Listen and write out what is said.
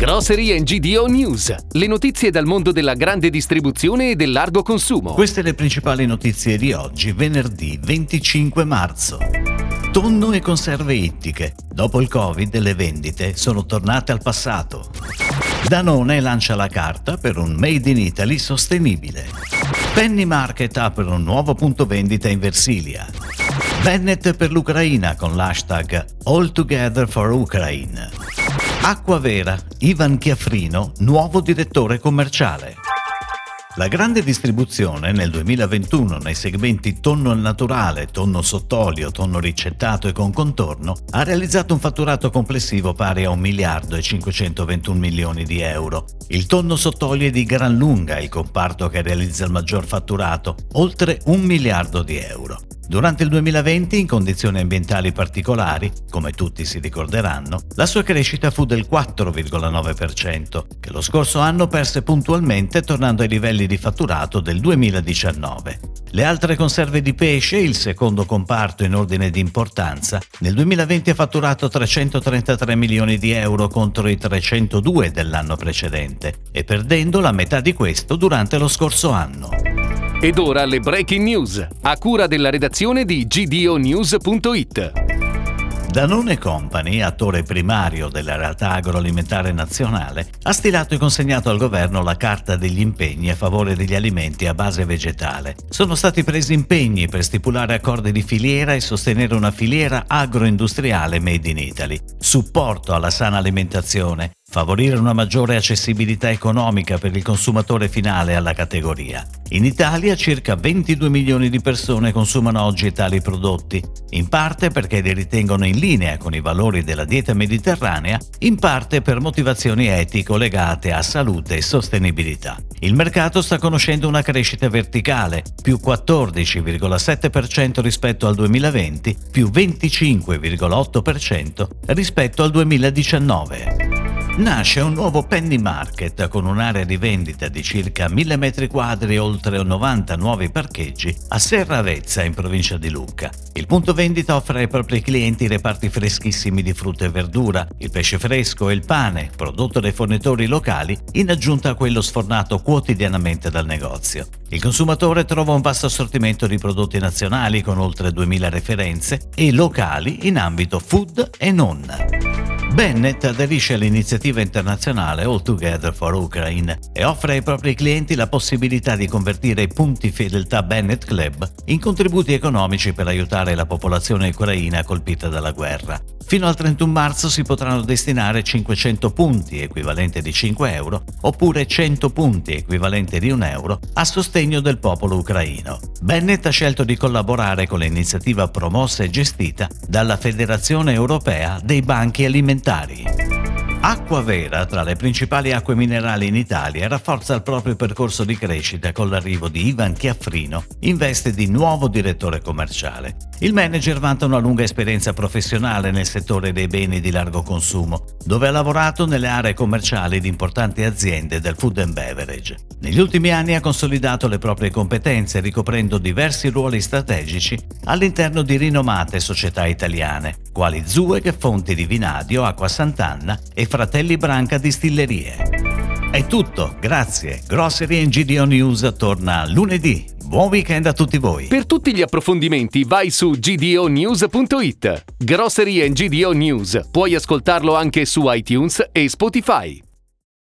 Grocery and GDO News, le notizie dal mondo della grande distribuzione e del largo consumo. Queste le principali notizie di oggi, venerdì 25 marzo. Tonno e conserve ittiche. Dopo il Covid le vendite sono tornate al passato. Danone lancia la carta per un Made in Italy sostenibile. Penny Market apre un nuovo punto vendita in Versilia. Bennett per l'Ucraina con l'hashtag All Together for Ukraine. Acquavera, Ivan Chiaffrino, nuovo direttore commerciale. La grande distribuzione nel 2021 nei segmenti tonno al naturale, tonno sott'olio, tonno ricettato e con contorno ha realizzato un fatturato complessivo pari a 1 miliardo e 521 milioni di euro. Il tonno sott'olio è di gran lunga il comparto che realizza il maggior fatturato, oltre 1 miliardo di euro. Durante il 2020, in condizioni ambientali particolari, come tutti si ricorderanno, la sua crescita fu del 4,9%, che lo scorso anno perse puntualmente tornando ai livelli di fatturato del 2019. Le altre conserve di pesce, il secondo comparto in ordine di importanza, nel 2020 ha fatturato 333 milioni di euro contro i 302 dell'anno precedente e perdendo la metà di questo durante lo scorso anno. Ed ora le breaking news, a cura della redazione di gdonews.it. Danone Company, attore primario della realtà agroalimentare nazionale, ha stilato e consegnato al governo la carta degli impegni a favore degli alimenti a base vegetale. Sono stati presi impegni per stipulare accordi di filiera e sostenere una filiera agroindustriale made in Italy, supporto alla sana alimentazione, favorire una maggiore accessibilità economica per il consumatore finale alla categoria. In Italia circa 22 milioni di persone consumano oggi tali prodotti, in parte perché li ritengono in linea con i valori della dieta mediterranea, in parte per motivazioni etiche legate a salute e sostenibilità. Il mercato sta conoscendo una crescita verticale, più 14,7% rispetto al 2020, più 25,8% rispetto al 2019. Nasce un nuovo Penny Market con un'area di vendita di circa 1000 metri quadri e oltre 90 nuovi parcheggi a Serravezza in provincia di Lucca. Il punto vendita offre ai propri clienti reparti freschissimi di frutta e verdura, il pesce fresco e il pane, prodotto dai fornitori locali, in aggiunta a quello sfornato quotidianamente dal negozio. Il consumatore trova un vasto assortimento di prodotti nazionali con oltre 2000 referenze e locali in ambito food e non. Bennett aderisce all'iniziativa internazionale All Together for Ukraine e offre ai propri clienti la possibilità di convertire i punti fedeltà Bennett Club in contributi economici per aiutare la popolazione ucraina colpita dalla guerra. Fino al 31 marzo si potranno destinare 500 punti, equivalente di 5 euro, oppure 100 punti, equivalente di 1 euro, a sostegno del popolo ucraino. Bennett ha scelto di collaborare con l'iniziativa promossa e gestita dalla Federazione Europea dei Banchi Alimentari. Acquavera, tra le principali acque minerali in Italia, rafforza il proprio percorso di crescita con l'arrivo di Ivan Chiaffrino in veste di nuovo direttore commerciale. Il manager vanta una lunga esperienza professionale nel settore dei beni di largo consumo, dove ha lavorato nelle aree commerciali di importanti aziende del food and beverage. Negli ultimi anni ha consolidato le proprie competenze ricoprendo diversi ruoli strategici all'interno di rinomate società italiane, quali Zueg Fonti di Vinadio, Acqua Sant'Anna e Fratelli Branca Distillerie. È tutto, grazie. Grocery and GDO News torna lunedì. Buon weekend a tutti voi. Per tutti gli approfondimenti vai su gdonews.it. Grocery and GDO News. Puoi ascoltarlo anche su iTunes e Spotify.